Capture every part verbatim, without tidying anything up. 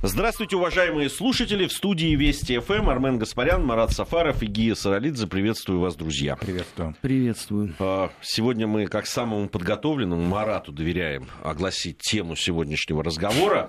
Здравствуйте, уважаемые слушатели. В студии Вести ФМ Армен Гаспарян, Марат Сафаров и Гия Саралидзе. Приветствую вас, друзья. Приветствую. Приветствую. Сегодня мы, как самому подготовленному, Марату доверяем огласить тему сегодняшнего разговора.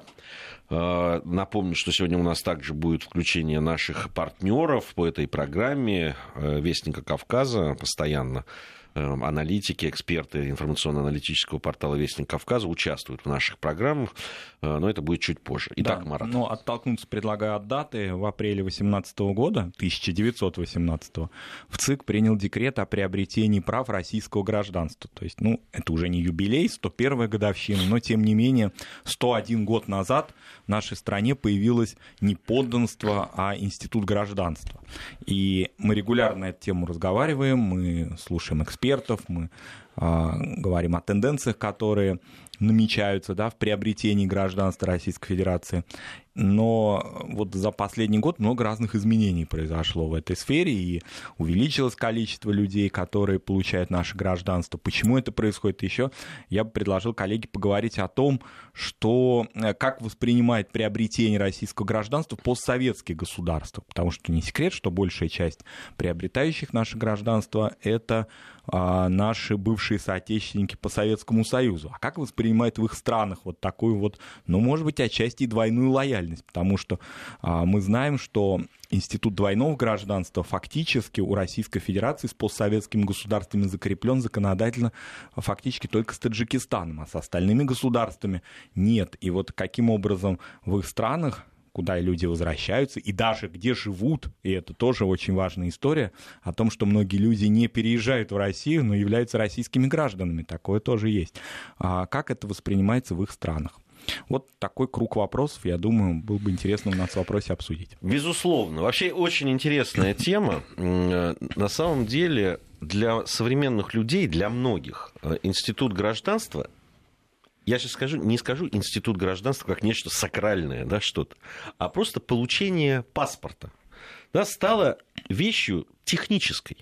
Напомню, что сегодня у нас также будет включение наших партнеров по этой программе «Вестника Кавказа». Постоянно аналитики, эксперты информационно-аналитического портала «Вестник Кавказа» участвуют в наших программах, но это будет чуть позже. Итак, да, Марат. Но оттолкнуться предлагаю от даты. В апреле восемнадцатого года, тысяча девятьсот восемнадцатого, в ЦИК принял декрет о приобретении прав российского гражданства. То есть, ну, это уже не юбилей, сто первая годовщина, но, тем не менее, сто один год назад в нашей стране появилось не подданство, а институт гражданства. И мы регулярно на эту тему разговариваем, мы слушаем экспертов, мы э, говорим о тенденциях, которые намечаются, да, в приобретении гражданства Российской Федерации. Но вот за последний год много разных изменений произошло в этой сфере, и увеличилось количество людей, которые получают наше гражданство. Почему это происходит еще? Я бы предложил коллеге поговорить о том, что, как воспринимает приобретение российского гражданства постсоветские государства. Потому что не секрет, что большая часть приобретающих наше гражданство — это а, наши бывшие соотечественники по Советскому Союзу. А как воспринимает в их странах вот такую вот, ну, может быть, отчасти и двойную лояльность? Потому что а, мы знаем, что институт двойного гражданства фактически у Российской Федерации с постсоветскими государствами закреплен законодательно фактически только с Таджикистаном, а с остальными государствами нет. И вот каким образом в их странах, куда люди возвращаются, и даже где живут, и это тоже очень важная история, о том, что многие люди не переезжают в Россию, но являются российскими гражданами. Такое тоже есть. А как это воспринимается в их странах? Вот такой круг вопросов, я думаю, было бы интересно у нас в вопросе обсудить. Безусловно. Вообще очень интересная тема. На самом деле для современных людей, для многих, институт гражданства, я сейчас скажу, не скажу институт гражданства как нечто сакральное, да, что-то, а просто получение паспорта, да, стало вещью технической.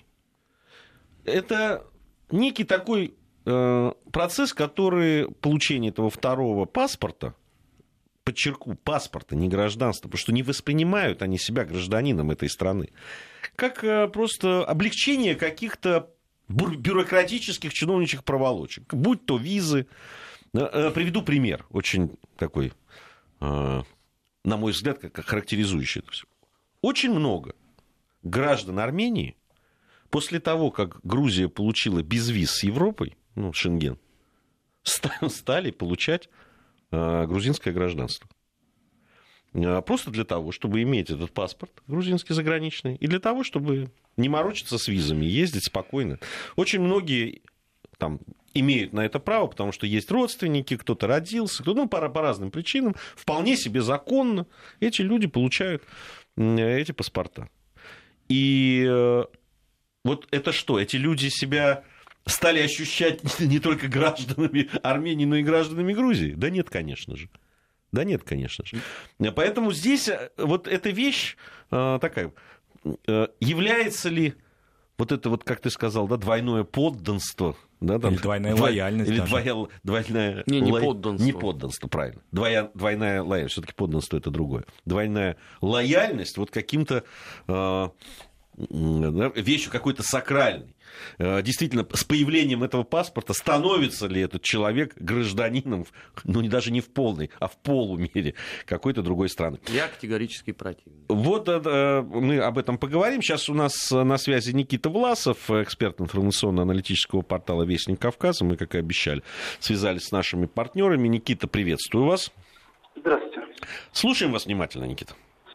Это некий такой процесс, который получение этого второго паспорта, подчеркну, паспорта, не гражданства, потому что не воспринимают они себя гражданином этой страны, как просто облегчение каких-то бюрократических чиновничьих проволочек, будь то визы. Приведу пример, очень такой, на мой взгляд, как характеризующий это все. Очень много граждан Армении после того, как Грузия получила безвиз с Европой, ну, Шенген, стали получать э, грузинское гражданство. Просто для того, чтобы иметь этот паспорт грузинский заграничный, и для того, чтобы не морочиться с визами, ездить спокойно. Очень многие там имеют на это право, потому что есть родственники, кто-то родился, кто-то, ну, по, по разным причинам, вполне себе законно эти люди получают э, эти паспорта. И э, вот это что? Эти люди себя стали ощущать не только гражданами Армении, но и гражданами Грузии? Да нет, конечно же. Да нет, конечно же. Поэтому здесь вот эта вещь такая, является ли вот это вот, как ты сказал, да, двойное подданство, да, там, или двойная двой... лояльность. Или двойная, двойная... Не, не ло... подданство. Не подданство, правильно. Двоя... Двойная лояльность. Все-таки подданство это другое. Двойная лояльность вот каким-то э, вещью какой-то сакральной. Действительно, с появлением этого паспорта становится ли этот человек гражданином, ну, даже не в полной, а в полумере какой-то другой страны? Я категорически противник. Вот мы об этом поговорим. Сейчас у нас на связи Никита Власов, эксперт информационно-аналитического портала «Вестник Кавказа». Мы, как и обещали, связались с нашими партнерами. Никита, приветствую вас. Здравствуйте. Слушаем вас внимательно, Никита.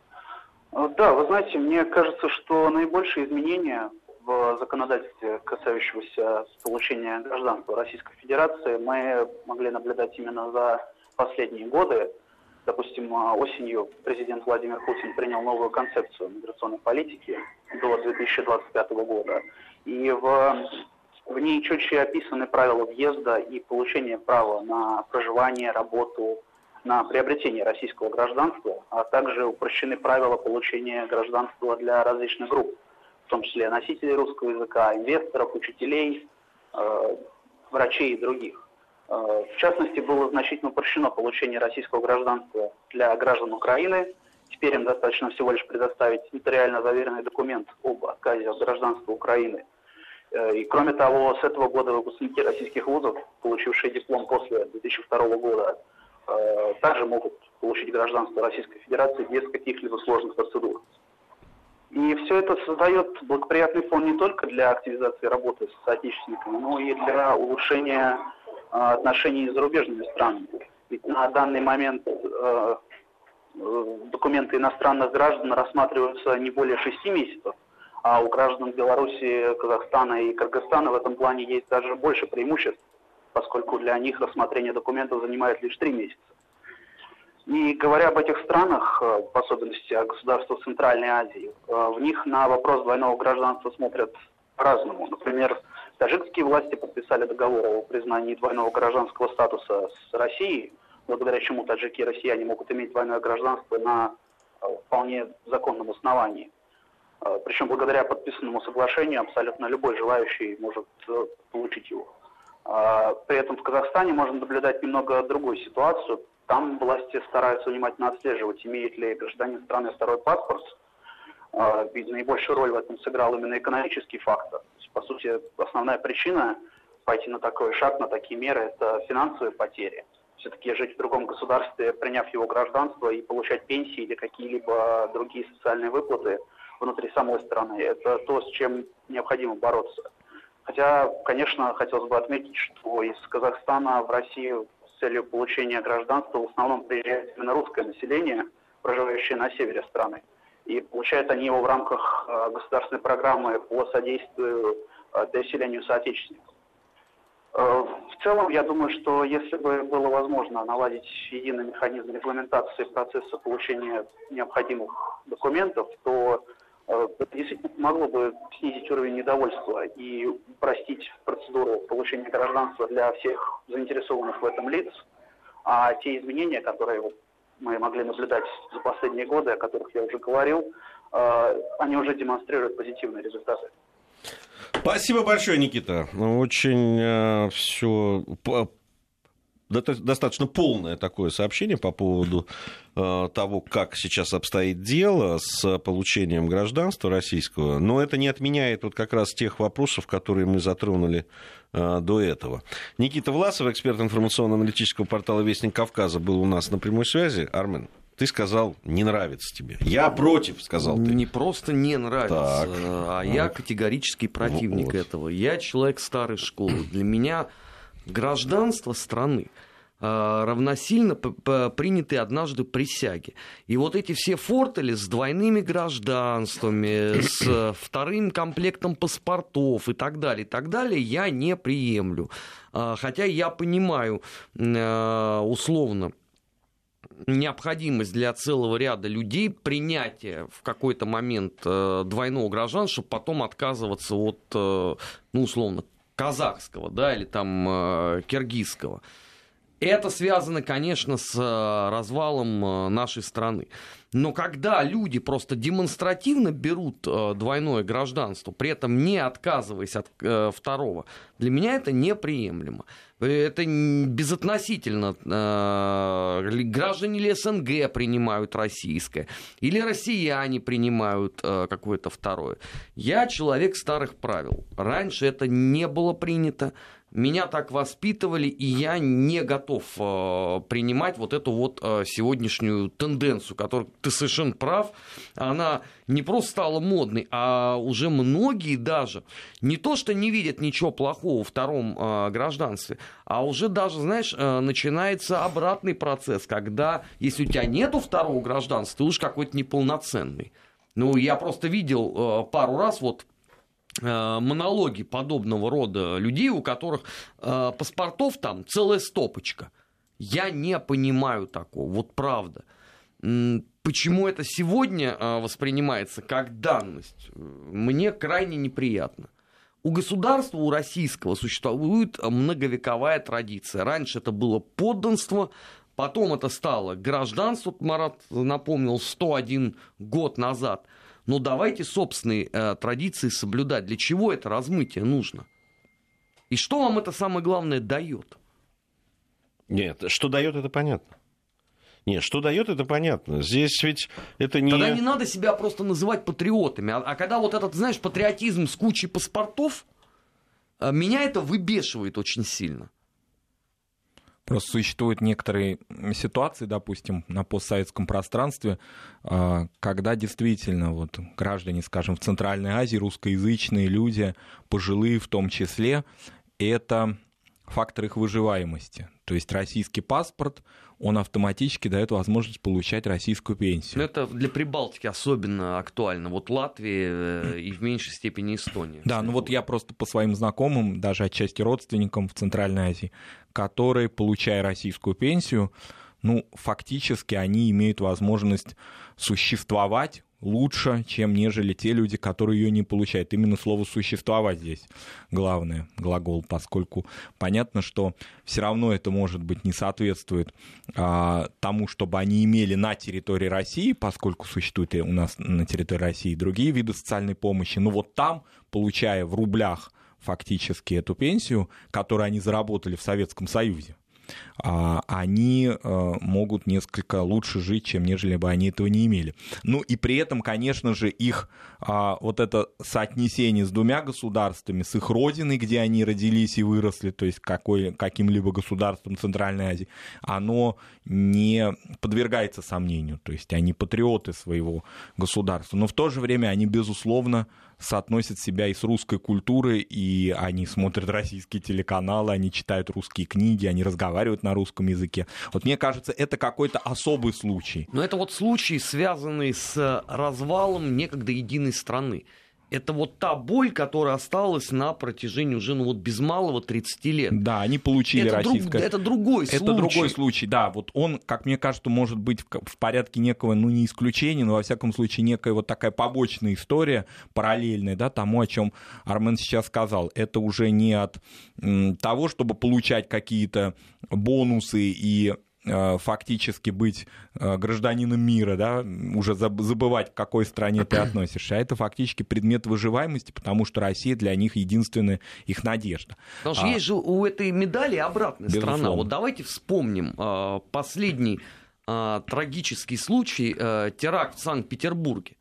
Да, вы знаете, мне кажется, что наибольшие изменения в законодательстве, касающегося получения гражданства Российской Федерации, мы могли наблюдать именно за последние годы. Допустим, осенью президент Владимир Путин принял новую концепцию миграционной политики до две тысячи двадцать пятого года. И в, в ней четче описаны правила въезда и получения права на проживание, работу, на приобретение российского гражданства, а также упрощены правила получения гражданства для различных групп, в том числе носителей русского языка, инвесторов, учителей, э, врачей и других. В частности, было значительно упрощено получение российского гражданства для граждан Украины. Теперь им достаточно всего лишь предоставить нотариально заверенный документ об отказе от гражданства Украины. И кроме того, с этого года выпускники российских вузов, получившие диплом после две тысячи второго года, также могут получить гражданство Российской Федерации без каких-либо сложных процедур. И все это создает благоприятный фон не только для активизации работы с соотечественниками, но и для улучшения отношений с зарубежными странами. Ведь на данный момент э, документы иностранных граждан рассматриваются не более шести месяцев, а у граждан Беларуси, Казахстана и Кыргызстана в этом плане есть даже больше преимуществ, поскольку для них рассмотрение документов занимает лишь три месяца. И говоря об этих странах, в особенности о государствах Центральной Азии, в них на вопрос двойного гражданства смотрят по-разному. Например, таджикские власти подписали договор о признании двойного гражданского статуса с Россией, благодаря чему таджики и россияне могут иметь двойное гражданство на вполне законном основании. Причем благодаря подписанному соглашению абсолютно любой желающий может получить его. При этом в Казахстане можно наблюдать немного другую ситуацию. Там власти стараются внимательно отслеживать, имеет ли гражданин страны второй паспорт. Ведь наибольшую роль в этом сыграл именно экономический фактор. По сути, основная причина пойти на такой шаг, на такие меры, это финансовые потери. Все-таки жить в другом государстве, приняв его гражданство и получать пенсии или какие-либо другие социальные выплаты внутри самой страны, это то, с чем необходимо бороться. Хотя, конечно, хотелось бы отметить, что из Казахстана в Россию с целью получения гражданства в основном приезжает именно русское население, проживающее на севере страны. И получают они его в рамках э, государственной программы по содействию э, переселению соотечественников. Э, в целом, я думаю, что если бы было возможно наладить единый механизм регламентации процесса получения необходимых документов, то э, это действительно помогло бы снизить уровень недовольства и упростить процедуру получения гражданства для всех заинтересованных в этом лиц. А те изменения, которые мы могли наблюдать за последние годы, о которых я уже говорил, они уже демонстрируют позитивные результаты. Спасибо большое, Никита. Очень э, все достаточно полное такое сообщение по поводу э, того, как сейчас обстоит дело с получением гражданства российского, но это не отменяет вот как раз тех вопросов, которые мы затронули э, до этого. Никита Власов, эксперт информационно-аналитического портала «Вестник Кавказа», был у нас на прямой связи. Армен, ты сказал, не нравится тебе. Я против, сказал ты. Не просто не нравится, так, а вот. Я категорический противник вот. этого. Я человек старой школы. Для меня гражданство страны равносильно принятой однажды присяге. И вот эти все фортели с двойными гражданствами, с вторым комплектом паспортов и так далее, и так далее, я не приемлю. Хотя я понимаю условно необходимость для целого ряда людей принятия в какой-то момент двойного гражданства, чтобы потом отказываться от, ну, условно, казахского, да, или там киргизского. Это связано, конечно, с развалом нашей страны. Но когда люди просто демонстративно берут двойное гражданство, при этом не отказываясь от второго, для меня это неприемлемо. Это безотносительно, граждане ли СНГ принимают российское, или россияне принимают какое-то второе. Я человек старых правил. Раньше это не было принято. Меня так воспитывали, и я не готов э, принимать вот эту вот э, сегодняшнюю тенденцию, которую ты совершенно прав, она не просто стала модной, а уже многие даже не то что не видят ничего плохого во втором э, гражданстве, а уже даже, знаешь, э, начинается обратный процесс, когда если у тебя нету второго гражданства, ты уж какой-то неполноценный. Ну, я просто видел э, пару раз вот монологи подобного рода людей, у которых э, паспортов там целая стопочка. Я не понимаю такого, вот правда. Почему это сегодня э, воспринимается как данность, мне крайне неприятно. У государства, у российского, существует многовековая традиция. Раньше это было подданство, потом это стало гражданство, Марат напомнил, сто один год назад. Но давайте собственные э, традиции соблюдать. Для чего это размытие нужно? И что вам это самое главное дает? Нет, что дает, это понятно. Нет, что дает, это понятно. Здесь ведь это не... Тогда не надо себя просто называть патриотами. А, а когда вот этот, знаешь, патриотизм с кучей паспортов, меня это выбешивает очень сильно. Просто существуют некоторые ситуации, допустим, на постсоветском пространстве, когда действительно вот граждане, скажем, в Центральной Азии, русскоязычные люди, пожилые в том числе, это фактор их выживаемости. То есть российский паспорт, он автоматически дает возможность получать российскую пенсию. Но это для Прибалтики особенно актуально. Вот Латвия и в меньшей степени Эстония. Да, ну вот я просто по своим знакомым, даже отчасти родственникам в Центральной Азии, которые, получая российскую пенсию, ну, фактически они имеют возможность существовать лучше, чем нежели те люди, которые ее не получают. Именно слово «существовать» здесь главное, глагол, поскольку понятно, что все равно это, может быть, не соответствует а, тому, чтобы они имели на территории России, поскольку существуют у нас на территории России другие виды социальной помощи, но вот там, получая в рублях фактически эту пенсию, которую они заработали в Советском Союзе, они могут несколько лучше жить, чем нежели бы они этого не имели. Ну и при этом, конечно же, их вот это соотнесение с двумя государствами, с их родиной, где они родились и выросли, то есть какой, каким-либо государством Центральной Азии, оно не подвергается сомнению. То есть они патриоты своего государства. Но в то же время они, безусловно, соотносят себя и с русской культурой, и они смотрят российские телеканалы, они читают русские книги, они разговаривают на русском языке. Вот мне кажется, это какой-то особый случай. Но это вот случай, связанный с развалом некогда единой страны. Это вот та боль, которая осталась на протяжении уже, ну вот без малого тридцати лет. Да, они получили это российское... Друг, это другой это случай. Это другой случай, да. Вот он, как мне кажется, может быть в порядке некого, ну не исключения, но во всяком случае некая вот такая побочная история, параллельная, да, тому, о чем Армен сейчас сказал. Это уже не от м, того, чтобы получать какие-то бонусы и фактически быть гражданином мира, да, уже забывать, к какой стране ты относишься, а это фактически предмет выживаемости, потому что Россия для них единственная их надежда. Потому что а, есть же у этой медали обратная безусловно. Сторона. Вот давайте вспомним э, последний э, трагический случай, э, теракт в Санкт-Петербурге.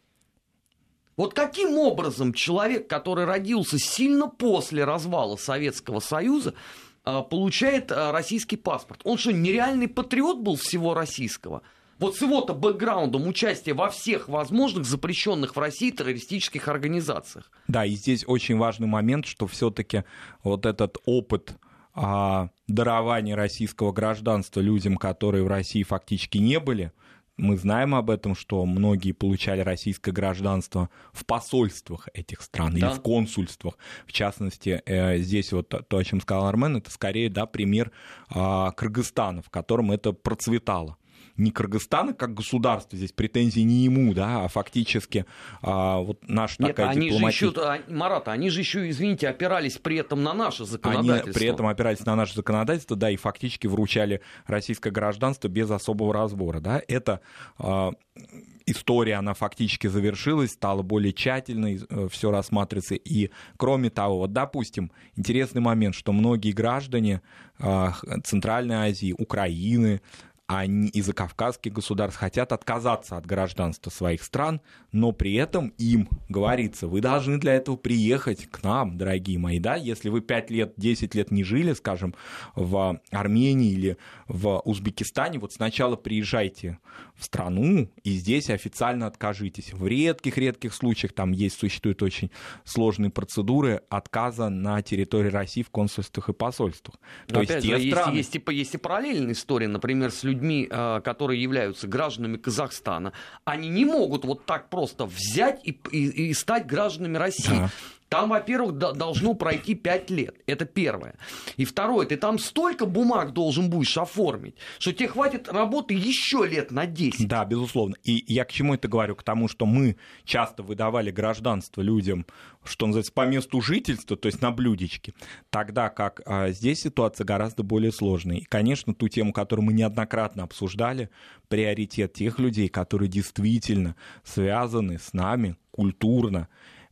Вот каким образом человек, который родился сильно после развала Советского Союза, получает российский паспорт? Он что, нереальный патриот был всего российского? Вот с его-то бэкграундом участия во всех возможных запрещенных в России террористических организациях. Да, и здесь очень важный момент, что все-таки вот этот опыт а, дарования российского гражданства людям, которые в России фактически не были, мы знаем об этом, что многие получали российское гражданство в посольствах этих стран, да, или в консульствах. В частности, здесь вот то, о чем сказал Армен, это скорее, да, пример Кыргызстана, в котором это процветало. Не Кыргызстана как государство, здесь претензии не ему, да, а фактически а, вот наша Нет, такая они дипломатия... же еще, Марат, они же еще, извините, опирались при этом на наше законодательство. Они при этом опирались на наше законодательство, да, и фактически вручали российское гражданство без особого разбора, да. Это а, история, она фактически завершилась, стала более тщательной, все рассматривается. И кроме того, вот, допустим, интересный момент, что многие граждане а, Центральной Азии, Украины, они из закавказских государств хотят отказаться от гражданства своих стран, но при этом им говорится, вы должны для этого приехать к нам, дорогие мои, да, если вы пять лет, десять лет не жили, скажем, в Армении или в Узбекистане, вот сначала приезжайте в страну и здесь официально откажитесь. В редких-редких случаях там есть, существуют очень сложные процедуры отказа на территории России в консульствах и посольствах. То есть, же, есть, страны... есть, есть, есть и параллельная история, например, с людьми, которые являются гражданами Казахстана, они не могут вот так просто взять и, и, и стать гражданами России. Да. Там, во-первых, должно пройти пять лет. Это первое. И второе, ты там столько бумаг должен будешь оформить, что тебе хватит работы еще лет на десять. Да, безусловно. И я к чему это говорю? К тому, что мы часто выдавали гражданство людям, что называется, по месту жительства, то есть на блюдечке, тогда как а, здесь ситуация гораздо более сложная. И, конечно, ту тему, которую мы неоднократно обсуждали, приоритет тех людей, которые действительно связаны с нами культурно,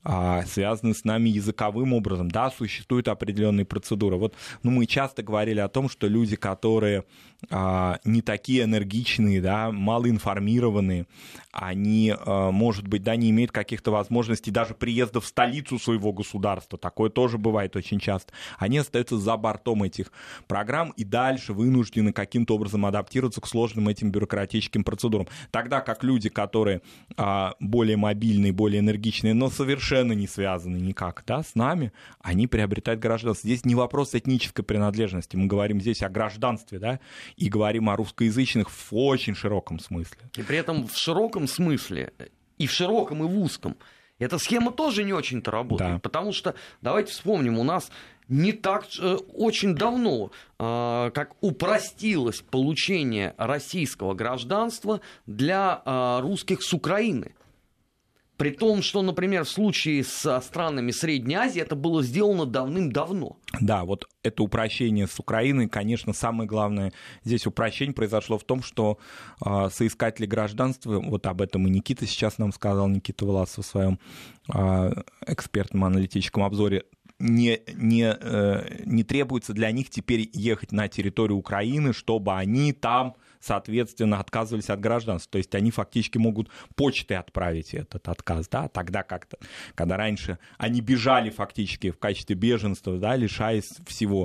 а, связаны с нами языковым образом. Да, существует определенные процедуры. Вот, ну, мы часто говорили о том, что люди, которые а, не такие энергичные, да, малоинформированные, они, а, может быть, да, не имеют каких-то возможностей даже приезда в столицу своего государства. Такое тоже бывает очень часто. Они остаются за бортом этих программ и дальше вынуждены каким-то образом адаптироваться к сложным этим бюрократическим процедурам. Тогда как люди, которые а, более мобильные, более энергичные, но совершенно не связаны никак, да, с нами, они приобретают гражданство. Здесь не вопрос этнической принадлежности. Мы говорим здесь о гражданстве, да, и говорим о русскоязычных в очень широком смысле. И при этом в широком смысле, и в широком, и в узком, эта схема тоже не очень-то работает. Да. Потому что, давайте вспомним, у нас не так э, очень давно, э, как упростилось получение российского гражданства для э, русских с Украины. При том, что, например, в случае со странами Средней Азии это было сделано давным-давно. Да, вот это упрощение с Украиной, конечно, самое главное здесь упрощение произошло в том, что э, соискатели гражданства, вот об этом и Никита сейчас нам сказал, Никита Власов в своем э, экспертном аналитическом обзоре, Не, не, э, не требуется для них теперь ехать на территорию Украины, чтобы они там, соответственно, отказывались от гражданства. То есть они фактически могут почтой отправить этот отказ, да, тогда как-то, когда раньше они бежали фактически в качестве беженства, да, лишаясь всего,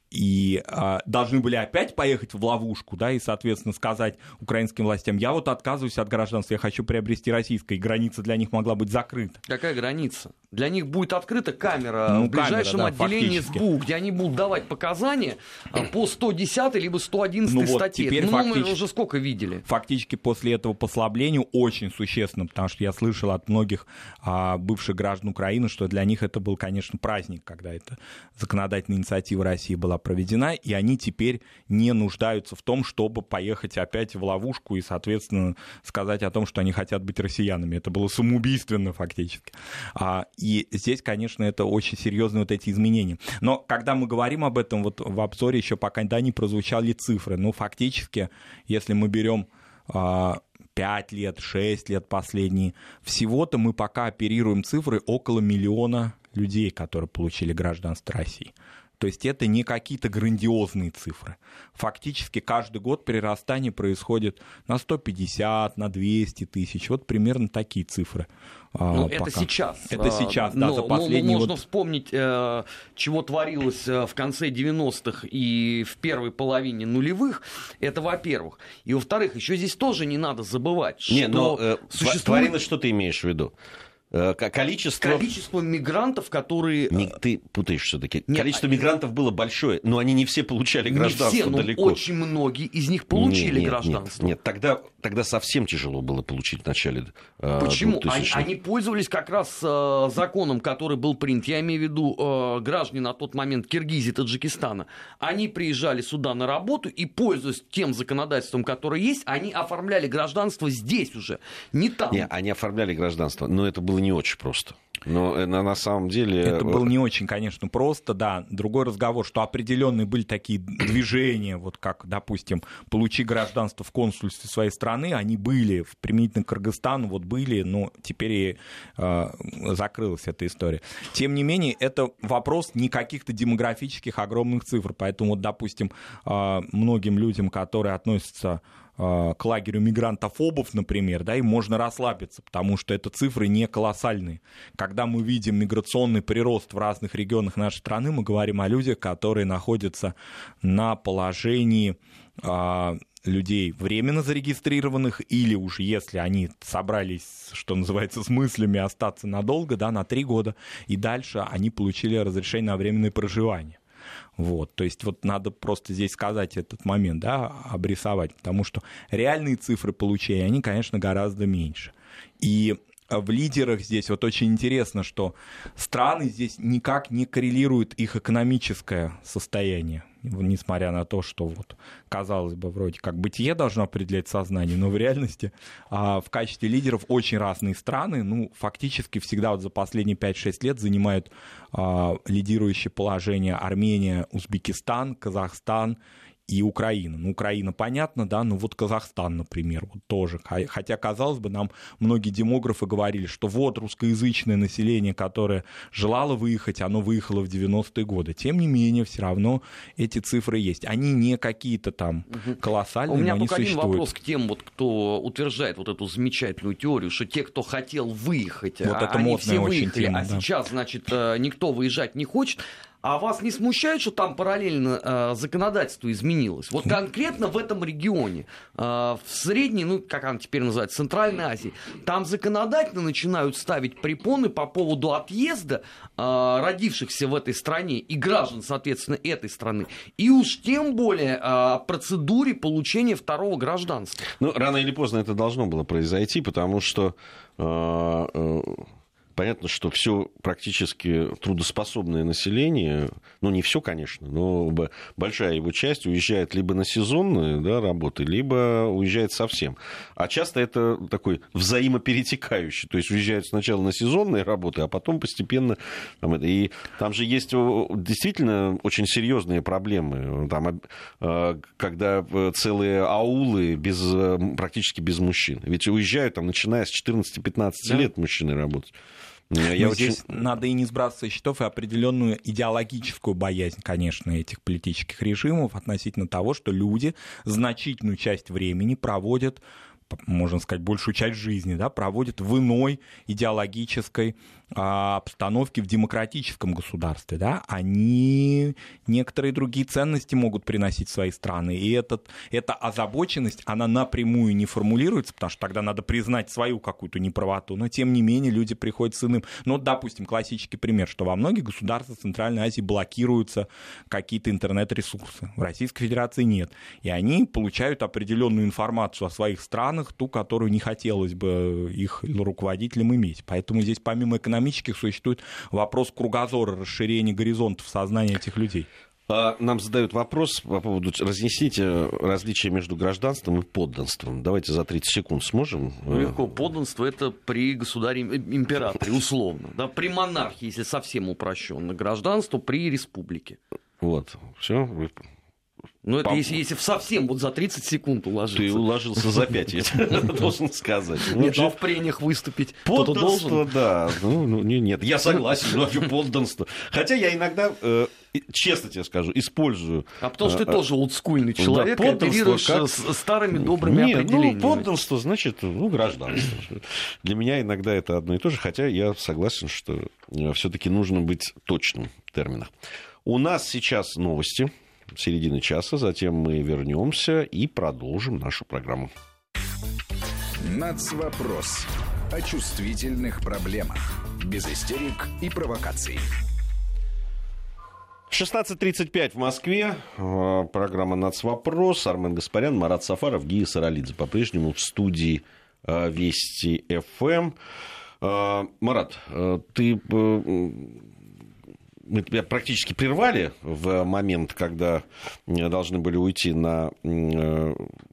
и а, должны были опять поехать в ловушку, да, и, соответственно, сказать украинским властям: я вот отказываюсь от гражданства, я хочу приобрести российское, и граница для них могла быть закрыта. Какая граница? Для них будет открыта камера ну, в ближайшем камера, да, отделении СБУ, где они будут давать показания по сто десятой либо сто одиннадцатой ну, вот, статье. Ну, мы уже сколько видели. Фактически после этого послабления очень существенно, потому что я слышал от многих а, бывших граждан Украины, что для них это был, конечно, праздник, когда эта законодательная инициатива России была проведена, и они теперь не нуждаются в том, чтобы поехать опять в ловушку и, соответственно, сказать о том, что они хотят быть россиянами. Это было самоубийственно фактически. И здесь, конечно, это очень серьезные вот эти изменения. Но когда мы говорим об этом, вот в обзоре еще пока да, не прозвучали цифры. Ну, фактически, если мы берем пять лет, шесть лет последние, всего-то мы пока оперируем цифры около миллиона людей, которые получили гражданство России. То есть это не какие-то грандиозные цифры. Фактически каждый год прирастание происходит на сто пятьдесят, на двести тысяч. Вот примерно такие цифры. Ну, это сейчас. Это сейчас, да, но, за последние... Можно вот... вспомнить, чего творилось в конце девяностых и в первой половине нулевых. Это, во-первых. И, во-вторых, еще здесь тоже не надо забывать, не, что но, э, существует... Творилось, что ты имеешь в виду? Количество... Количество мигрантов, которые... Ми... Ты путаешь все-таки. Нет, Количество а... мигрантов было большое, но они не все получали гражданство не все, но далеко. Очень многие из них получили нет, нет, гражданство. Нет, нет. Тогда, тогда совсем тяжело было получить в начале Почему? Они, они пользовались как раз э, законом, который был принят. Я имею в виду э, граждане на тот момент Киргизии, Таджикистана. Они приезжали сюда на работу и, пользуясь тем законодательством, которое есть, они оформляли гражданство здесь уже, не там. Нет, они оформляли гражданство, но это было не очень просто. Но на, на самом деле... Это было не очень, конечно, просто, да. Другой разговор, что определенные были такие движения, вот как, допустим, получи гражданство в консульстве своей страны, они были в применительно к Кыргызстану, вот были, но теперь и э, закрылась эта история. Тем не менее, это вопрос не каких-то демографических огромных цифр, поэтому, вот, допустим, э, многим людям, которые относятся к лагерю мигрантофобов, например, да, им можно расслабиться, потому что это цифры не колоссальные. Когда мы видим миграционный прирост в разных регионах нашей страны, мы говорим о людях, которые находятся на положении а, людей временно зарегистрированных, или уж если они собрались, что называется, с мыслями остаться надолго, да, на три года, и дальше они получили разрешение на временное проживание. Вот, то есть вот надо просто здесь сказать этот момент, да, обрисовать, потому что реальные цифры получения, они, конечно, гораздо меньше. И в лидерах здесь вот очень интересно, что страны здесь никак не коррелируют их экономическое состояние, несмотря на то, что вот, казалось бы, вроде как бытие должно определять сознание, но в реальности а, в качестве лидеров очень разные страны, ну, фактически всегда вот за последние пять-шесть лет занимают а, лидирующее положение Армения, Узбекистан, Казахстан и Украина. Ну, Украина, понятно, да, но вот Казахстан, например, вот тоже. Хотя, казалось бы, нам многие демографы говорили, что вот русскоязычное население, которое желало выехать, оно выехало в девяностые годы. Тем не менее, все равно эти цифры есть. Они не какие-то там колоссальные, но они существуют. У меня только один вопрос к тем, вот, кто утверждает вот эту замечательную теорию, что те, кто хотел выехать, вот это они все выехали, тема, а да. сейчас, значит, никто выезжать не хочет. А вас не смущает, что там параллельно э, законодательство изменилось? Вот конкретно в этом регионе, э, в Средней, ну, как она теперь называется, Центральной Азии, там законодательно начинают ставить препоны по поводу отъезда э, родившихся в этой стране и граждан, соответственно, этой страны. И уж тем более э, процедуре получения второго гражданства. Ну, рано или поздно это должно было произойти, потому что... Э, э... Понятно, что все практически трудоспособное население, ну не все, конечно, но большая его часть уезжает либо на сезонные, да, работы, либо уезжает совсем. А часто это такой взаимоперетекающий, то есть уезжают сначала на сезонные работы, а потом постепенно... И там же есть действительно очень серьезные проблемы, там, когда целые аулы без, практически без мужчин. Ведь уезжают, там, начиная с четырнадцати-пятнадцати да. лет мужчины работать. Я Но очень... здесь надо и не сбрасывать со счетов и определенную идеологическую боязнь, конечно, этих политических режимов относительно того, что люди значительную часть времени проводят, можно сказать, большую часть жизни, да, проводят в иной идеологической а, обстановке в демократическом государстве. Да. Они некоторые другие ценности могут приносить в свои страны. И этот, эта озабоченность, она напрямую не формулируется, потому что тогда надо признать свою какую-то неправоту. Но, тем не менее, люди приходят с иным. Ну, допустим, классический пример, что во многих государствах Центральной Азии блокируются какие-то интернет-ресурсы. В Российской Федерации нет. И они получают определенную информацию о своих странах, ту, которую не хотелось бы их руководителям иметь. Поэтому здесь помимо экономических существует вопрос кругозора, расширения горизонтов сознания этих людей. Нам задают вопрос по поводу, разъясните различия между гражданством и подданством. Давайте за тридцать секунд сможем. Легко. Подданство — это при государе-императоре, условно. Да, при монархии, если совсем упрощенно. Гражданство при республике. Вот, все. Ну, это Пом... если, если совсем вот за тридцать секунд уложиться. Ты уложился за пять, я должен сказать. Нет, а в прениях выступить кто-то должен? Подданство, да. Ну, ну, нет, я согласен, но подданство. Хотя я иногда, э, честно тебе скажу, использую... А потому что ты тоже олдскульный человек, да, оперируешь как... с старыми добрыми нет, определениями. Ну, подданство, значит, ну, гражданство. Для меня иногда это одно и то же, хотя я согласен, что все-таки нужно быть точным в терминах. У нас сейчас новости. Середины часа, затем мы вернемся и продолжим нашу программу. Нацвопрос. О чувствительных проблемах. Без истерик и провокаций. шестнадцать тридцать пять в Москве. Программа «Нацвопрос». Армен Гаспарян, Марат Сафаров, Гия Саралидзе. По-прежнему в студии Вести эф эм. Марат, ты... Мы тебя практически прервали в момент, когда должны были уйти на, на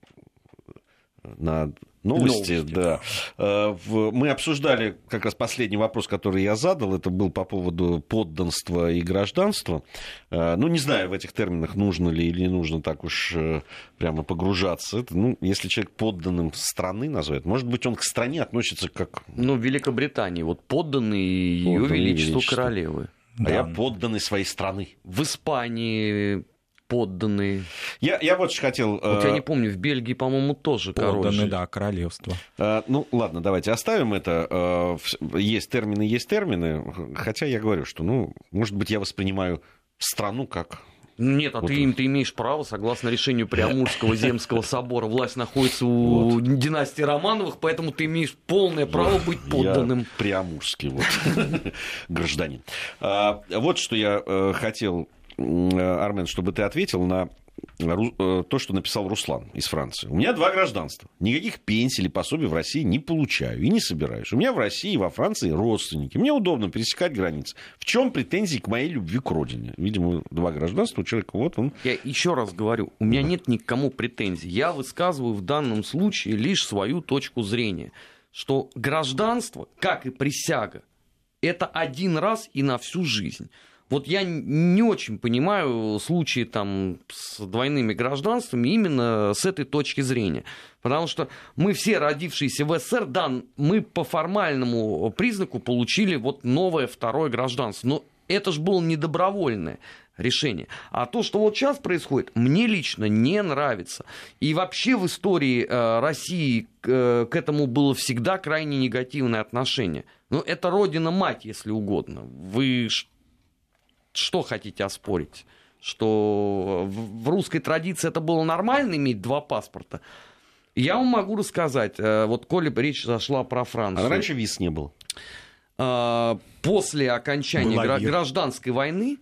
новости. новости да. Да. Мы обсуждали как раз последний вопрос, который я задал. Это был по поводу подданства и гражданства. Ну, не знаю, в этих терминах нужно ли или не нужно так уж прямо погружаться. Это, ну, если человек подданным страны называют, может быть, он к стране относится как... Ну, в Великобритании вот подданный Ее Величеству Величество. Королевы. А да. я подданный своей страны. В Испании подданные. Я, я вот что хотел... Вот я не помню, в Бельгии, по-моему, тоже король. Подданные, да, королевство. А, ну, ладно, давайте оставим это. Есть термины, есть термины. Хотя я говорю, что, ну, может быть, я воспринимаю страну как... Нет, а вот. ты, ты имеешь право, согласно решению Преамурского земского собора, власть находится у вот. династии Романовых, поэтому ты имеешь полное право вот. быть подданным. Я преамурский вот, гражданин. Вот что я хотел, Армен, чтобы ты ответил на то, что написал Руслан из Франции. У меня два гражданства. Никаких пенсий или пособий в России не получаю и не собираюсь. У меня в России и во Франции родственники. Мне удобно пересекать границы. В чем претензии к моей любви к родине? Видимо, два гражданства у человека. Вот он. Я еще раз говорю, у меня нет ни к кому претензий. Я высказываю в данном случае лишь свою точку зрения, что гражданство, как и присяга, это один раз и на всю жизнь. Вот я не очень понимаю случаи там с двойными гражданствами именно с этой точки зрения. Потому что мы все, родившиеся в СССР, да, мы по формальному признаку получили вот новое второе гражданство. Но это же было не добровольное решение. А то, что вот сейчас происходит, мне лично не нравится. И вообще в истории э, России э, к этому было всегда крайне негативное отношение. Ну, это родина-мать, если угодно. Вы что хотите оспорить? Что в русской традиции это было нормально иметь два паспорта? Я вам могу рассказать. Вот, коли речь зашла про Францию. А раньше виз не было. После окончания гра- гражданской войны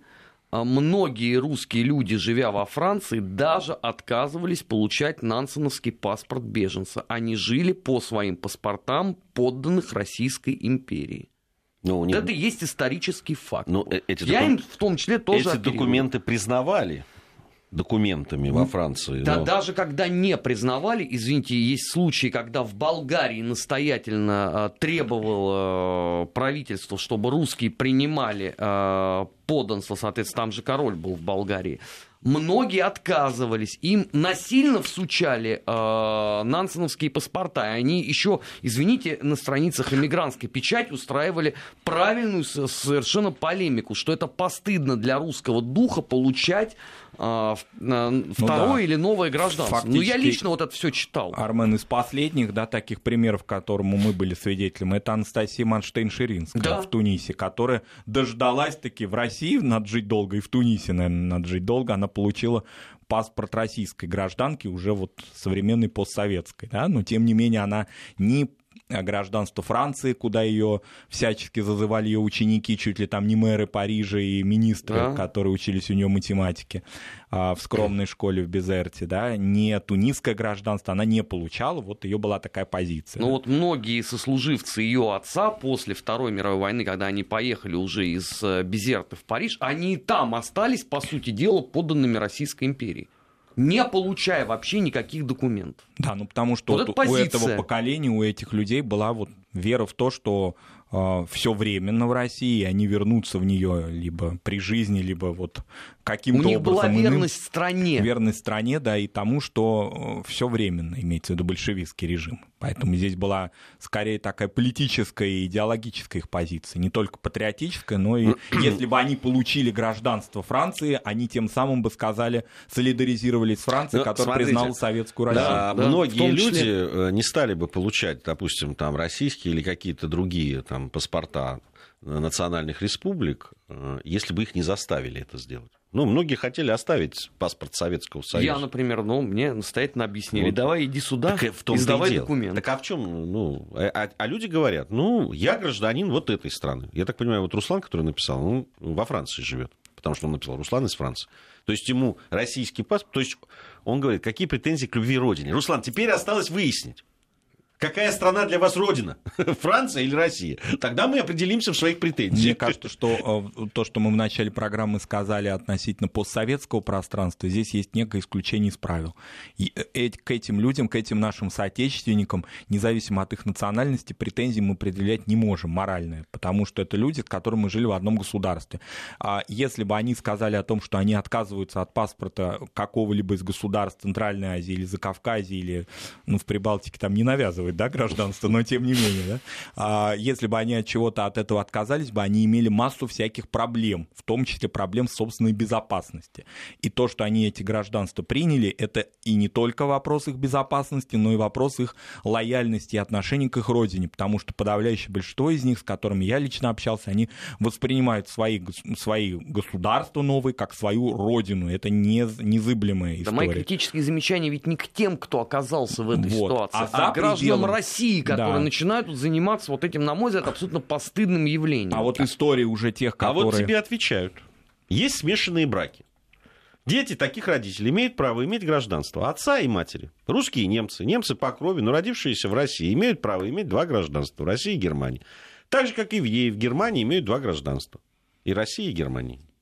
многие русские люди, живя во Франции, даже отказывались получать нансеновский паспорт беженца. Они жили по своим паспортам, подданных Российской империи. Ну, вот не... это и есть исторический факт. Ну, эти Я докум... им в том числе тоже Эти оперирую. документы признавали документами во Франции. Да, но... даже когда не признавали, извините, есть случаи, когда в Болгарии настоятельно э, требовало э, правительство, чтобы русские принимали э, подданство, соответственно, там же король был в Болгарии. Многие отказывались, им насильно всучали э, нансеновские паспорта, и они еще, извините, на страницах эмигрантской печати устраивали правильную совершенно полемику, что это постыдно для русского духа получать э, второе ну да. или новое гражданство. Ну, я лично вот это все читал. Армен, из последних, да, таких примеров, которому мы были свидетелями, это Анастасия Манштейн-Ширинская да. в Тунисе, которая дождалась-таки в России, надо жить долго, и в Тунисе, наверное, надо жить долго, она получила паспорт российской гражданки, уже вот современной постсоветской, да, но тем не менее она не гражданство Франции, куда ее всячески зазывали ее ученики, чуть ли там не мэры Парижа и министры, да. которые учились у нее математике а, в скромной школе в Безерте, да, не тунисское гражданство она не получала, вот ее была такая позиция. Ну вот многие сослуживцы ее отца после Второй мировой войны, когда они поехали уже из Безерта в Париж, они и там остались, по сути дела, подданными Российской империи, не получая вообще никаких документов. Да, ну потому что вот вот у этого поколения, у этих людей была вот вера в то, что э, все временно в России, и они вернутся в нее либо при жизни, либо вот каким-то образом. У них была верность иным, стране. Верность стране, да, и тому, что э, все временно, имеется в виду большевистский режим. Поэтому здесь была скорее такая политическая и идеологическая их позиция, не только патриотическая, но и если бы они получили гражданство Франции, они тем самым бы сказали, солидаризировались с Францией, но, которая смотрите, признала советскую Россию. Да, да, многие люди не стали бы получать, допустим, там российские или какие-то другие там паспорта национальных республик, если бы их не заставили это сделать. Ну, многие хотели оставить паспорт Советского Союза. Я, например, ну, мне настоятельно объяснили, вот. Давай иди сюда так, в том и сдавай и документы. Так а в чем? Ну, а, а люди говорят, ну, я гражданин вот этой страны. Я так понимаю, вот Руслан, который написал, он во Франции живет, потому что он написал, Руслан из Франции. То есть ему российский паспорт, то есть он говорит, какие претензии к любви родине. Руслан, теперь осталось выяснить. Какая страна для вас родина? Франция или Россия? Тогда мы определимся в своих претензиях. Мне кажется, что то, что мы в начале программы сказали относительно постсоветского пространства, здесь есть некое исключение из правил. И к этим людям, к этим нашим соотечественникам, независимо от их национальности, претензий мы предъявлять не можем, моральные, потому что это люди, с которыми мы жили в одном государстве. А если бы они сказали о том, что они отказываются от паспорта какого-либо из государств Центральной Азии или Закавказья, или ну, в Прибалтике там не навязывают, да, гражданство, но тем не менее, да, а если бы они от чего-то от этого отказались бы, они имели массу всяких проблем, в том числе проблем собственной безопасности. И то, что они эти гражданства приняли, это и не только вопрос их безопасности, но и вопрос их лояльности и отношения к их родине, потому что подавляющее большинство из них, с которыми я лично общался, они воспринимают свои, свои государства новые как свою родину. Это не, незыблемая история. Да, мои критические замечания ведь не к тем, кто оказался в этой вот. ситуации, а, а к гражданам России, которые да. начинают заниматься вот этим, на мой взгляд, абсолютно постыдным явлением. А вот истории уже тех, которые... А вот тебе отвечают. Есть смешанные браки. Дети таких родителей имеют право иметь гражданство отца и матери. Русские и немцы. Немцы по крови, но родившиеся в России, имеют право иметь два гражданства. В России и Германии. Так же, как и евреи в Германии имеют два гражданства. И России, и Германии.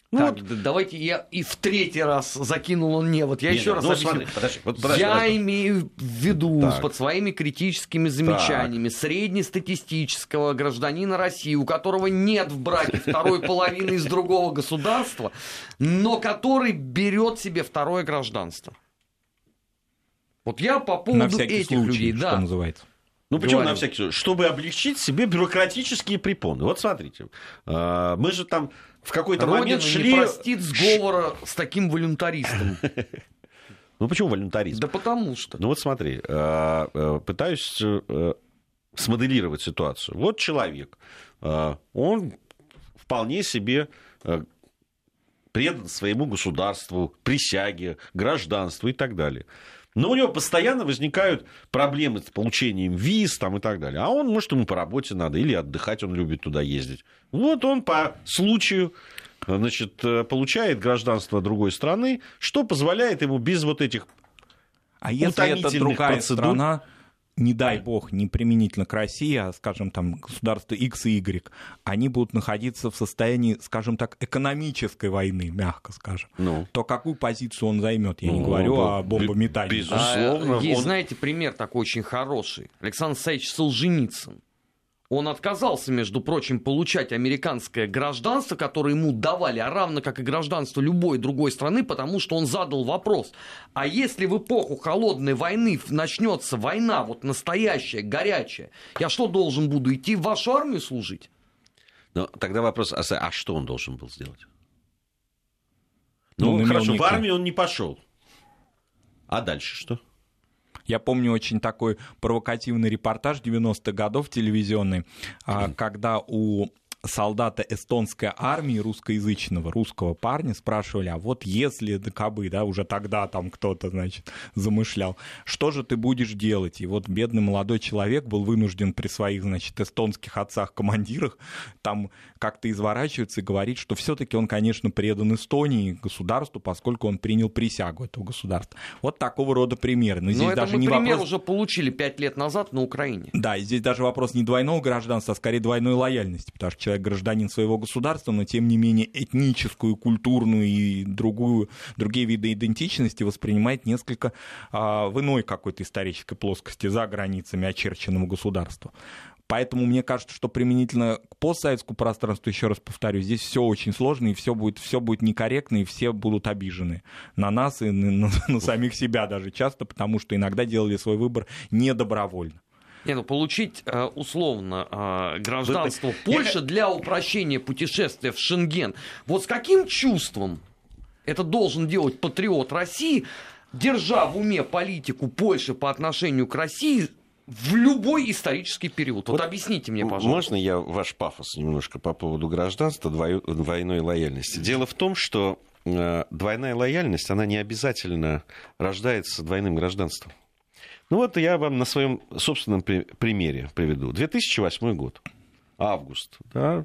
Ну, так, вот... давайте я и в третий раз закинул он не. Вот я Нет, еще раз ну, объясню. смотри, подожди, вот подожди, я подожди. имею в виду так. под своими критическими замечаниями так. среднестатистического гражданина России, у которого нет в браке второй половины из другого государства, но который берет себе второе гражданство. Вот я по поводу этих случай, людей, что да. называется. Ну, почему Говорю. на всякий случай? Чтобы облегчить себе бюрократические препоны. Вот смотрите, мы же там в какой-то Родина момент шли... не простит сговора с таким волюнтаристом. Ну, почему волюнтаризм? Да потому что. Ну, вот смотри, пытаюсь смоделировать ситуацию. Вот человек, он вполне себе предан своему государству, присяге, гражданству и так далее. Но у него постоянно возникают проблемы с получением виз там, и так далее. А он, может, ему по работе надо, или отдыхать он любит туда ездить. Вот он по случаю, значит, получает гражданство другой страны, что позволяет ему без вот этих а если это другая процедур... страна, не дай бог, не применительно к России, а, скажем, там, государства X и Y, они будут находиться в состоянии, скажем так, экономической войны, мягко скажем, ну. то какую позицию он займет? Я ну, не говорю ну, о бомбометании. Безусловно. А, есть, он... знаете, пример такой очень хороший. Александр Алексеевич Солженицын. Он отказался, между прочим, получать американское гражданство, которое ему давали, а равно как и гражданство любой другой страны, потому что он задал вопрос: а если в эпоху холодной войны начнется война, вот настоящая, горячая, я что, должен буду идти в вашу армию служить? Ну, тогда вопрос, а, а что он должен был сделать? Ну, ну хорошо, в армию он не пошел. А дальше что? Я помню очень такой провокативный репортаж девяностых годов телевизионный, mm-hmm. когда у солдата эстонской армии русскоязычного, русского парня спрашивали, а вот если докабы, да, уже тогда там кто-то, значит, замышлял, что же ты будешь делать? И вот бедный молодой человек был вынужден при своих, значит, эстонских отцах-командирах там как-то изворачиваться и говорить, что все-таки он, конечно, предан Эстонии, государству, поскольку он принял присягу этого государства. Вот такого рода примеры. Но, здесь Но это даже мы не пример вопрос... уже получили пять лет назад на Украине. Да, и здесь даже вопрос не двойного гражданства, а скорее двойной лояльности, потому что человек гражданин своего государства, но тем не менее этническую, культурную и другую, другие виды идентичности воспринимает несколько а, в иной какой-то исторической плоскости, за границами очерченного государства. Поэтому мне кажется, что применительно к постсоветскому пространству, еще раз повторю, здесь все очень сложно, и все будет, все будет некорректно, и все будут обижены на нас и на, на, на самих себя даже часто, потому что иногда делали свой выбор недобровольно. Не, ну, получить условно гражданство Польши для упрощения путешествия в Шенген. Вот с каким чувством это должен делать патриот России, держа в уме политику Польши по отношению к России в любой исторический период? Вот, вот объясните мне, пожалуйста. Можно я ваш пафос немножко по поводу гражданства, двойной лояльности? Дело в том, что двойная лояльность, она не обязательно рождается двойным гражданством. Ну вот я вам на своем собственном примере приведу. две тысячи восьмой год, август, да,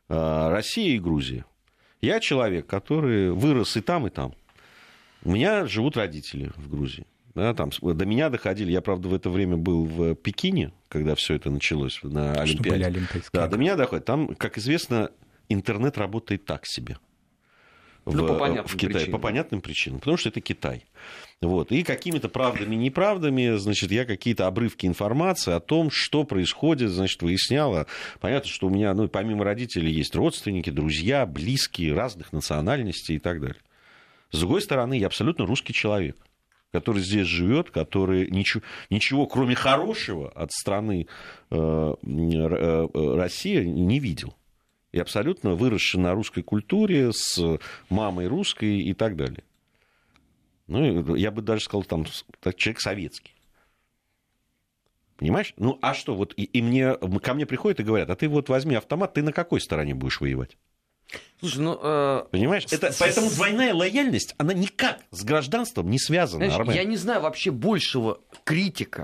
Россия и Грузия. Я человек, который вырос и там, и там. У меня живут родители в Грузии. Да, там, до меня доходили, я, правда, в это время был в Пекине, когда все это началось на Олимпиаде. Да, до меня доходит. Там, как известно, интернет работает так себе. В, ну, по понятным в Китае. Причинам. По понятным причинам, потому что это Китай. Вот. И какими-то правдами и неправдами, значит, я какие-то обрывки информации о том, что происходит, значит, выясняла. Понятно, что у меня, ну, помимо родителей, есть родственники, друзья, близкие, разных национальностей и так далее. С другой стороны, я абсолютно русский человек, который здесь живет, который ничего, ничего кроме хорошего от страны э, э, Россия не видел. И абсолютно выросший на русской культуре, с мамой русской и так далее. Ну, я бы даже сказал, там, человек советский. Понимаешь? Ну, а что, вот и, и мне, ко мне приходят и говорят, а ты вот возьми автомат, ты на какой стороне будешь воевать? Слушай, ну... Э... Понимаешь? Это, поэтому двойная лояльность, она никак с гражданством не связана. Знаешь, я не знаю вообще большего критика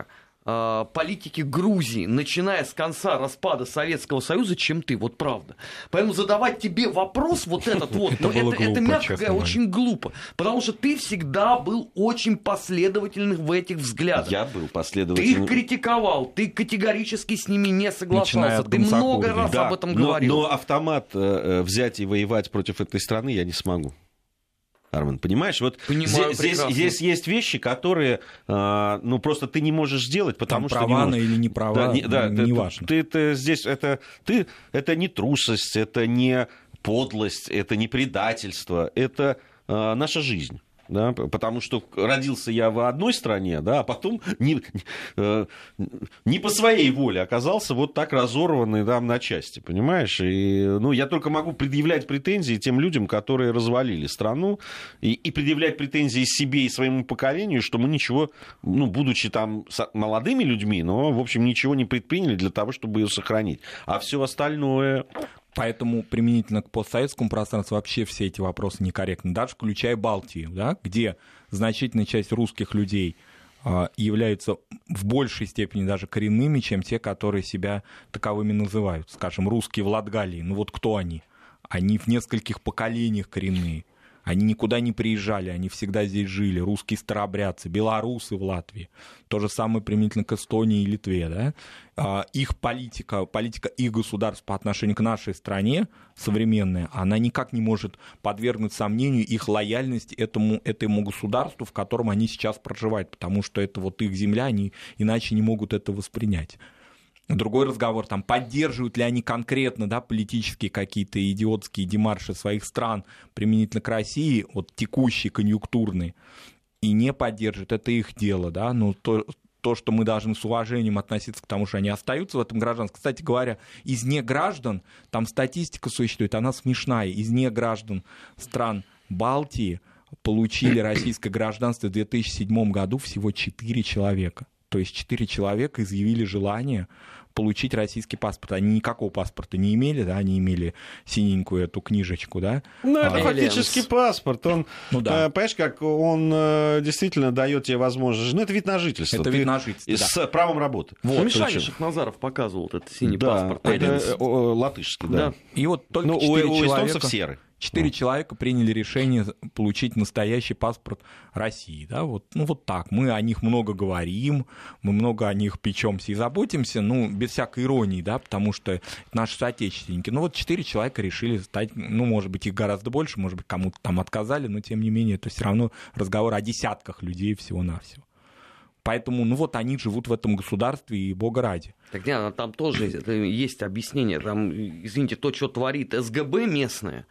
э, политики Грузии, начиная с конца распада Советского Союза, чем ты, вот правда. Поэтому задавать тебе вопрос вот этот вот, ну, это, это, мягко говоря, очень глупо. Потому что ты всегда был очень последовательным в этих взглядах. Я был последовательным. Ты их критиковал, ты категорически с ними не соглашался. Ты много раз да, об этом но, говорил. Но автомат э, взять и воевать против этой страны я не смогу. Армен, понимаешь, вот Понимаю, здесь, здесь есть вещи, которые, э, ну, просто ты не можешь сделать, потому Там что... права не или не права, да, не, да, не ты, важно. Ты, ты здесь, это, ты, это не трусость, это не подлость, это не предательство, это э, наша жизнь. Да, потому что родился я в одной стране, да, а потом не, э, не по своей воле оказался вот так разорванный там на части, понимаешь? И, ну, я только могу предъявлять претензии тем людям, которые развалили страну, и, и предъявлять претензии себе и своему поколению, что мы ничего, ну, будучи там молодыми людьми, но, в общем, ничего не предприняли для того, чтобы ее сохранить. А все остальное... Поэтому применительно к постсоветскому пространству вообще все эти вопросы некорректны, даже включая Балтию, да, где значительная часть русских людей э, являются в большей степени даже коренными, чем те, которые себя таковыми называют. Скажем, русские в Латгалии, ну вот кто они? Они в нескольких поколениях коренные. Они никуда не приезжали, они всегда здесь жили. Русские старообрядцы, белорусы в Латвии. То же самое применительно к Эстонии и Литве. Да? Их политика, политика их государств по отношению к нашей стране современная, она никак не может подвергнуть сомнению их лояльность этому, этому государству, в котором они сейчас проживают, потому что это вот их земля, они иначе не могут это воспринять. Другой разговор, там, поддерживают ли они конкретно, да, политические какие-то идиотские демарши своих стран применительно к России, вот текущие, конъюнктурные, и не поддерживают, это их дело, да, но то, то, что мы должны с уважением относиться к тому, что они остаются в этом гражданстве. Кстати говоря, из неграждан, там статистика существует, она смешная, из неграждан стран Балтии получили российское гражданство в две тысячи седьмом году всего четыре человека. То есть четыре человека изъявили желание получить российский паспорт. Они никакого паспорта не имели, да, они имели синенькую эту книжечку, да. Ну, это а, фактически Элианс. Паспорт. Он, ну, да. Понимаешь, как он действительно дает тебе возможность... Ну, это вид на жительство. Это Ты вид на жительство, с да. правом работы. Вот, ну, Мишаня Шахназаров показывал этот синий да, паспорт. Это латышский, да. да. И вот только ну, четыре у, человека... у эстонцев серый. Четыре mm. человека приняли решение получить настоящий паспорт России. Да? Вот, ну вот так. Мы о них много говорим, мы много о них печемся и заботимся, ну, без всякой иронии, да, потому что наши соотечественники. Ну вот четыре человека решили стать, ну, может быть, их гораздо больше, может быть, кому-то там отказали, но тем не менее, это все равно разговор о десятках людей всего-навсего. Поэтому, ну вот они живут в этом государстве, и бога ради. Так нет, там тоже есть объяснение. Там, извините, то, что творит СГБ местное.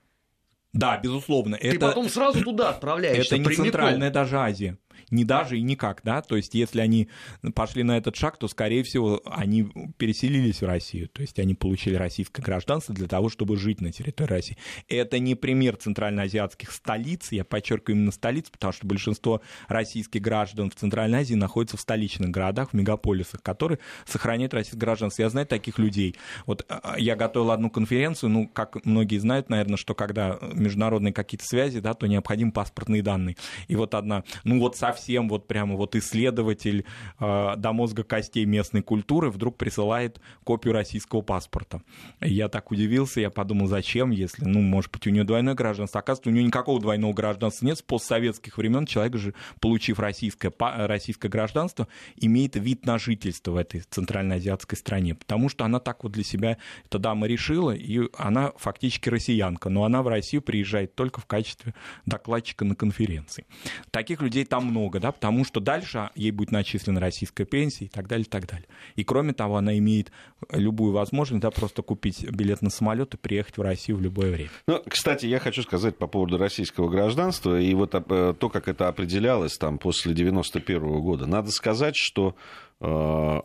Да, безусловно. Ты это, потом сразу туда отправляешься. Это не прямиком. Центральная даже Азия. Не даже и никак, да, то есть если они пошли на этот шаг, то, скорее всего, они переселились в Россию, то есть они получили российское гражданство для того, чтобы жить на территории России. Это не пример центральноазиатских столиц, я подчеркиваю именно столиц, потому что большинство российских граждан в Центральной Азии находятся в столичных городах, в мегаполисах, которые сохраняют российское гражданство. Я знаю таких людей. Вот я готовил одну конференцию, ну, как многие знают, наверное, что когда международные какие-то связи, да, то необходимы паспортные данные. И вот одна, ну вот совсем Всем вот прямо вот исследователь э, до мозга костей местной культуры вдруг присылает копию российского паспорта. Я так удивился, я подумал, зачем, если, ну, может быть, у нее двойное гражданство. Оказывается, у нее никакого двойного гражданства нет. С постсоветских времен человек же, получив российское, российское гражданство, имеет вид на жительство в этой центральноазиатской стране, потому что она так вот для себя, эта дама решила, и она фактически россиянка, но она в Россию приезжает только в качестве докладчика на конференции. Таких людей там много. Да, потому что дальше ей будет начислена российская пенсия и так далее, и так далее. И кроме того, она имеет любую возможность, да, просто купить билет на самолет и приехать в Россию в любое время. Ну, кстати, я хочу сказать по поводу российского гражданства и вот то, как это определялось там после девяносто первого года. Надо сказать, что э,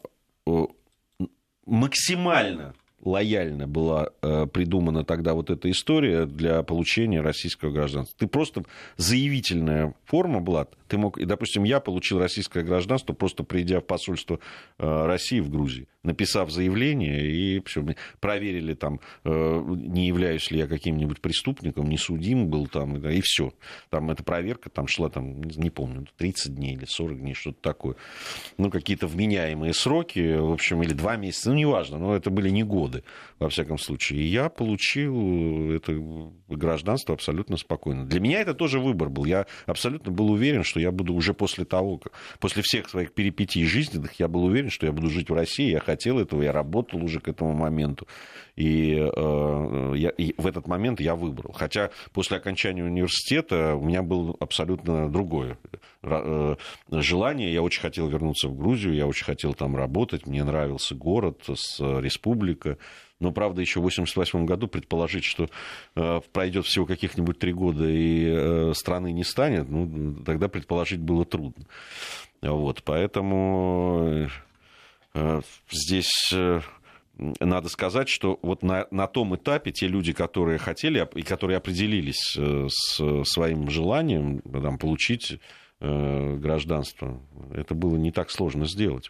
максимально лояльно была э, придумана тогда вот эта история для получения российского гражданства. Ты просто заявительная форма была. Ты мог, и, допустим, я получил российское гражданство, просто придя в посольство э, России в Грузии. написав заявление, и все, проверили, там, не являюсь ли я каким-нибудь преступником, не судим был, там, и все. Там эта проверка там шла, там, не помню, тридцать дней или сорок дней, что-то такое. Ну, какие-то вменяемые сроки, в общем, или два месяца, ну, неважно, но это были не годы, во всяком случае. И я получил это гражданство абсолютно спокойно. Для меня это тоже выбор был. Я абсолютно был уверен, что я буду уже после того, после всех своих перипетий жизненных, я был уверен, что я буду жить в России. Я хотел этого, я работал уже к этому моменту. И, э, я, и в этот момент я выбрал. Хотя после окончания университета у меня было абсолютно другое э, желание. Я очень хотел вернуться в Грузию, я очень хотел там работать. Мне нравился город, республика. Но, правда, еще в восемьдесят восьмом году предположить, что э, пройдет всего каких-нибудь три года и э, страны не станет, ну, тогда предположить было трудно. Вот, поэтому э, здесь э, надо сказать, что вот на, на том этапе те люди, которые хотели и которые определились э, с своим желанием там, получить э, гражданство, это было не так сложно сделать.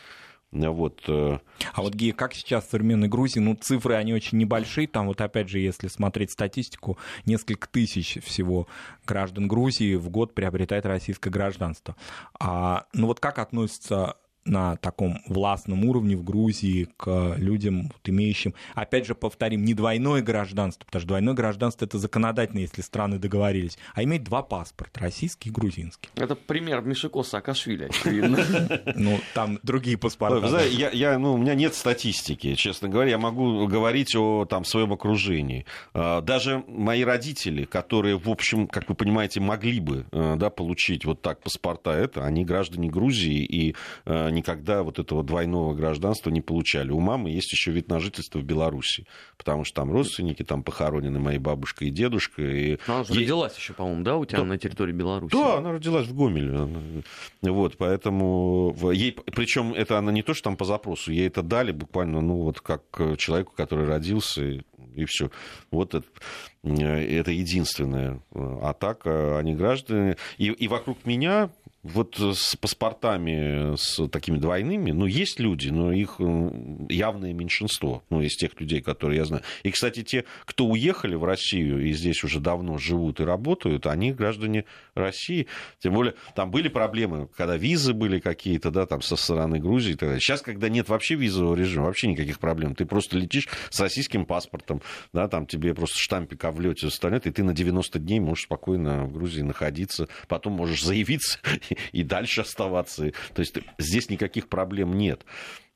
Вот. А вот, Гея, как сейчас в современной Грузии? Ну, цифры, они очень небольшие. Там вот, опять же, если смотреть статистику, несколько тысяч всего граждан Грузии в год приобретает российское гражданство. А, ну, вот как относятся на таком властном уровне в Грузии к людям, вот, имеющим, опять же, повторим, не двойное гражданство, потому что двойное гражданство — это законодательно, если страны договорились, а иметь два паспорта, российский и грузинский. Это пример Мишико Саакашвили, очевидно. Ну, там другие паспорта. Вы знаете, я, я, ну, у меня нет статистики, честно говоря, я могу говорить о там, своем окружении. Даже мои родители, которые, в общем, как вы понимаете, могли бы да, получить вот так паспорта, это, они граждане Грузии и никогда вот этого двойного гражданства не получали. У мамы есть еще вид на жительство в Беларуси, потому что там родственники, там похоронены моя бабушка и дедушка. И... Она же родилась еще, по-моему, да, у тебя да. на территории Беларуси? Да, она родилась в Гомеле. Вот, поэтому... Ей... Причем это она не то, что там по запросу, ей это дали буквально, ну, вот как человеку, который родился, и, и все. Вот это, это единственное. А так они граждане. И, и вокруг меня... Вот с паспортами, с такими двойными, ну, есть люди, но их явное меньшинство, ну, из тех людей, которые я знаю. И, кстати, те, кто уехали в Россию и здесь уже давно живут и работают, они граждане России. Тем более, там были проблемы, когда визы были какие-то, да, там, со стороны Грузии и так далее. Сейчас, когда нет вообще визового режима, вообще никаких проблем. Ты просто летишь с российским паспортом, да, там тебе просто штампик о влете встанет, и ты на девяносто дней можешь спокойно в Грузии находиться, потом можешь заявиться и дальше оставаться. То есть здесь никаких проблем нет.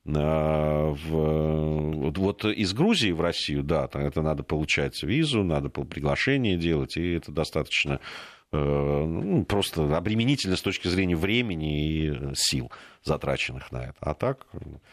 Вот из Грузии в Россию, да, это надо получать визу, надо приглашение делать, и это достаточно ну, просто обременительно с точки зрения времени и сил, затраченных на это. А так...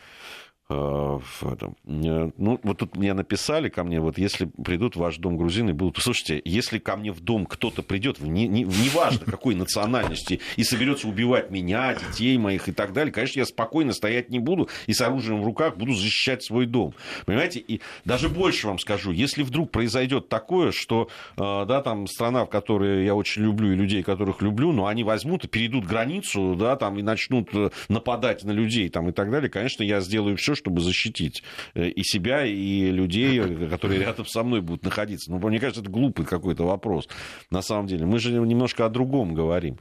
Ну, вот тут мне написали ко мне, вот если придут в ваш дом грузины и будут... Слушайте, если ко мне в дом кто-то придет, не, не, неважно какой национальности, и соберется убивать меня, детей моих и так далее, конечно, я спокойно стоять не буду и с оружием в руках буду защищать свой дом. Понимаете? И даже больше вам скажу, если вдруг произойдет такое, что да, там страна, в которой я очень люблю, и людей, которых люблю, но они возьмут и перейдут границу, да, там, и начнут нападать на людей там, и так далее, конечно, я сделаю все, чтобы защитить и себя, и людей, которые рядом со мной будут находиться. Ну, мне кажется, это глупый какой-то вопрос. На самом деле, мы же немножко о другом говорим.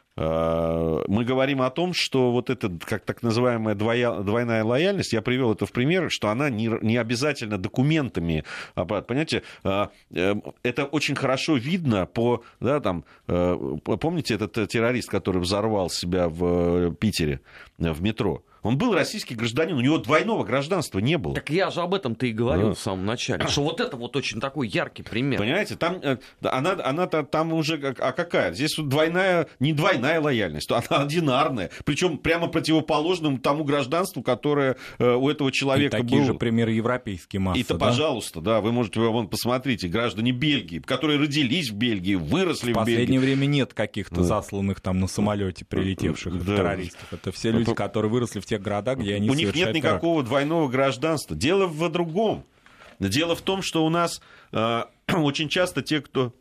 Мы говорим о том, что вот эта, как так называемая двоя, двойная лояльность, я привел это в пример, что она не, не обязательно документами. Понимаете, это очень хорошо видно по... Да, там, помните этот террорист, который взорвал себя в Питере в метро? Он был российский гражданин, у него двойного гражданства не было. Так я же об этом-то и говорил да. в самом начале, что вот это вот очень такой яркий пример. Понимаете, там, она, она там уже, а какая? Здесь вот двойная, не двойная лояльность, она одинарная, причем прямо противоположному тому гражданству, которое у этого человека было. И такие было. Же примеры европейские массы, И-то, да? пожалуйста, да, вы можете, вон, посмотрите, граждане Бельгии, которые родились в Бельгии, выросли в, в Бельгии. В последнее время нет каких-то да. засланных там на самолете прилетевших да. террористов. Это все люди, которые выросли в тех городах, где они у них нет никакого теракт. Двойного гражданства. Дело в другом. Дело в том, что у нас э, очень часто те, кто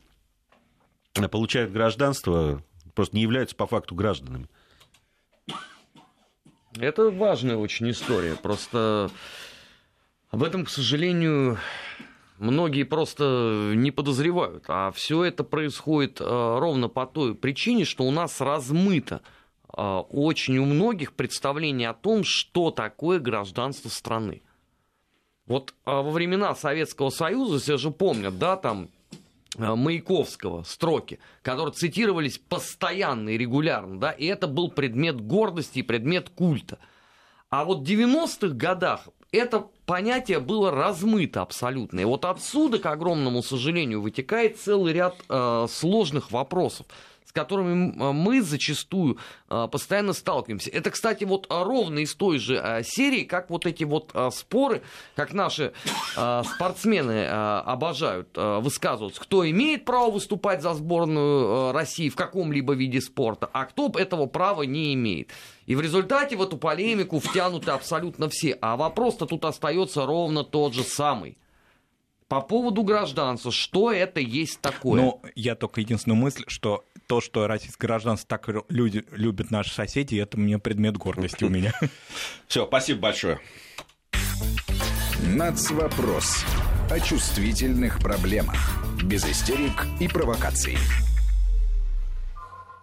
получает гражданство, просто не являются по факту гражданами. Это важная очень история. Просто об этом, к сожалению, многие просто не подозревают. А все это происходит ровно по той причине, что у нас размыто очень у многих представление о том, что такое гражданство страны. Вот во времена Советского Союза, все же помнят, да, там Маяковского строки, которые цитировались постоянно и регулярно, да, и это был предмет гордости и предмет культа. А вот в девяностых годах это понятие было размыто абсолютно. И вот отсюда, к огромному сожалению, вытекает целый ряд э, сложных вопросов, с которыми мы зачастую постоянно сталкиваемся. Это, кстати, вот ровно из той же серии, как вот эти вот споры, как наши спортсмены обожают высказываться, кто имеет право выступать за сборную России в каком-либо виде спорта, а кто этого права не имеет. И в результате в эту полемику втянуты абсолютно все. А вопрос-то тут остается ровно тот же самый. По поводу гражданства, что это есть такое? Ну, я только единственную мысль, что то, что российское гражданство так люди, любят наши соседи, это мне предмет гордости у меня. Все, спасибо большое. Нацвопрос. О чувствительных проблемах. Без истерик и провокаций.